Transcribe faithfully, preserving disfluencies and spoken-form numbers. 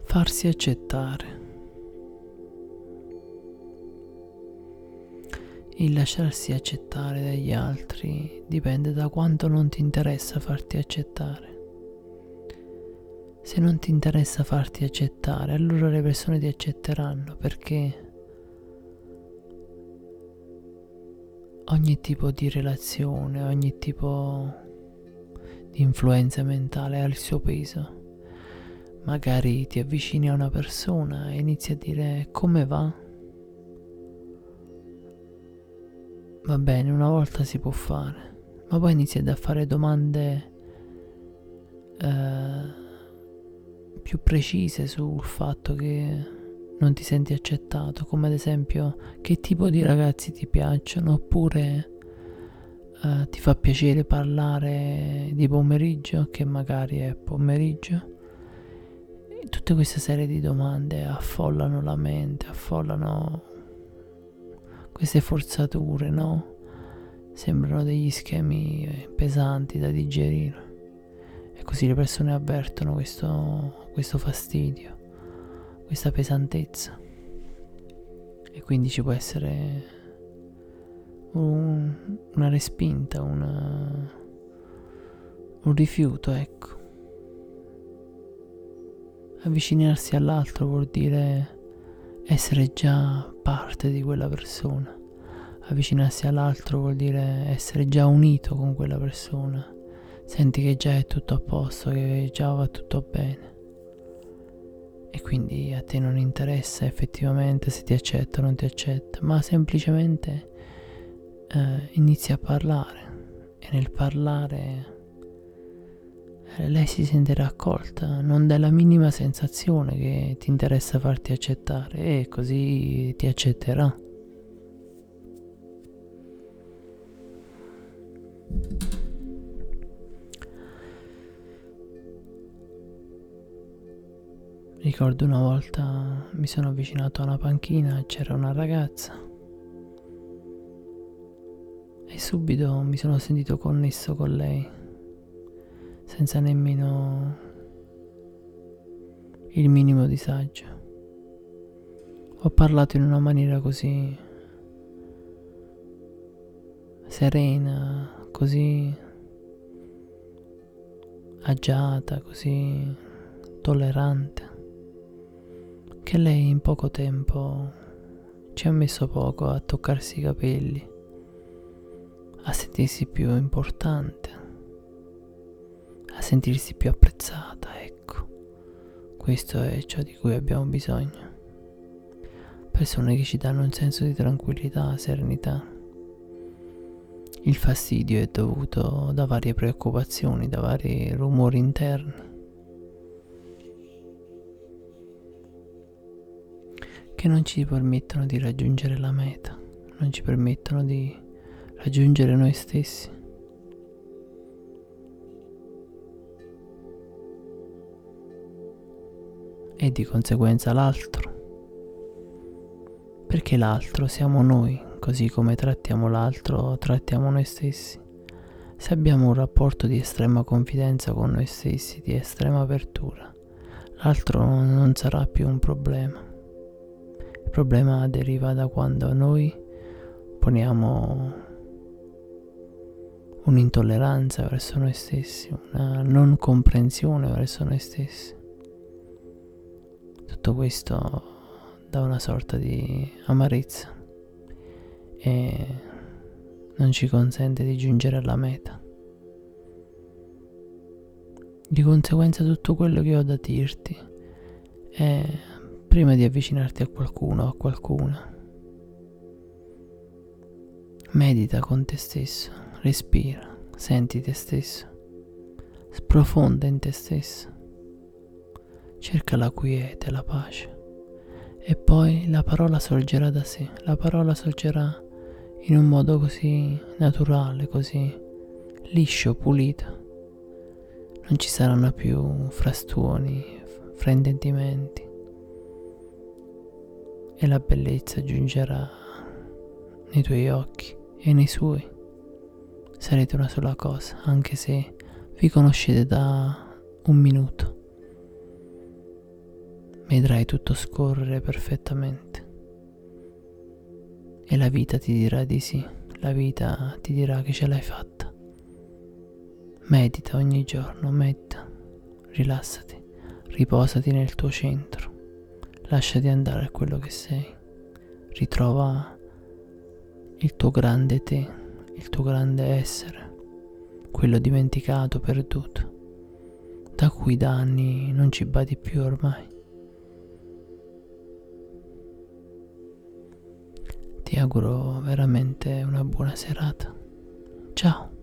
Farsi accettare. Il lasciarsi accettare dagli altri dipende da quanto non ti interessa farti accettare. Se non ti interessa farti accettare, allora le persone ti accetteranno, perché ogni tipo di relazione, ogni tipo di influenza mentale ha il suo peso. Magari ti avvicini a una persona e inizi a dire: come va? Va bene, una volta si può fare, ma poi inizi a fare domande eh, più precise sul fatto che non ti senti accettato, come ad esempio: che tipo di ragazzi ti piacciono, oppure eh, ti fa piacere parlare di pomeriggio, che magari è pomeriggio. E tutte queste serie di domande affollano la mente, affollano queste forzature, no? Sembrano degli schemi pesanti da digerire, e così le persone avvertono questo, questo fastidio, questa pesantezza, e quindi ci può essere un, una respinta, una, un rifiuto, ecco. Avvicinarsi all'altro vuol dire essere già parte di quella persona. Avvicinarsi all'altro vuol dire essere già unito con quella persona. Senti che già è tutto a posto, che già va tutto bene. E quindi a te non interessa effettivamente se ti accetta o non ti accetta, ma semplicemente eh, inizi a parlare. E nel parlare eh, lei si sentirà accolta, non dà la minima sensazione che ti interessa farti accettare, e così ti accetterà. Ricordo una volta mi sono avvicinato a una panchina e c'era una ragazza, e subito mi sono sentito connesso con lei, senza nemmeno il minimo disagio. Ho parlato in una maniera così serena, così agiata, così tollerante, che lei in poco tempo ci ha messo poco a toccarsi i capelli, a sentirsi più importante, a sentirsi più apprezzata, ecco. Questo è ciò di cui abbiamo bisogno. Persone che ci danno un senso di tranquillità, serenità. Il fastidio è dovuto da varie preoccupazioni, da vari rumori interni, che non ci permettono di raggiungere la meta, non ci permettono di raggiungere noi stessi. E di conseguenza l'altro. Perché l'altro siamo noi, così come trattiamo l'altro, trattiamo noi stessi. Se abbiamo un rapporto di estrema confidenza con noi stessi, di estrema apertura, l'altro non sarà più un problema. Il problema deriva da quando noi poniamo un'intolleranza verso noi stessi, una non comprensione verso noi stessi. Tutto questo dà una sorta di amarezza e non ci consente di giungere alla meta. Di conseguenza tutto quello che ho da dirti è: prima di avvicinarti a qualcuno o a qualcuna, medita con te stesso, respira, senti te stesso, sprofonda in te stesso, cerca la quiete, la pace, e poi la parola sorgerà da sé. La parola sorgerà in un modo così naturale, così liscio, pulito. Non ci saranno più frastuoni, fraintendimenti, e la bellezza giungerà nei tuoi occhi e nei suoi. Sarete una sola cosa, anche se vi conoscete da un minuto. vedrai tutto scorrere perfettamente e la vita ti dirà di sì, la vita ti dirà che ce l'hai fatta. Medita ogni giorno, medita, rilassati, riposati nel tuo centro, lasciati andare a quello che sei, ritrova il tuo grande te, il tuo grande essere, quello dimenticato, perduto, da cui da anni non ci badi più ormai. Ti auguro veramente una buona serata. Ciao.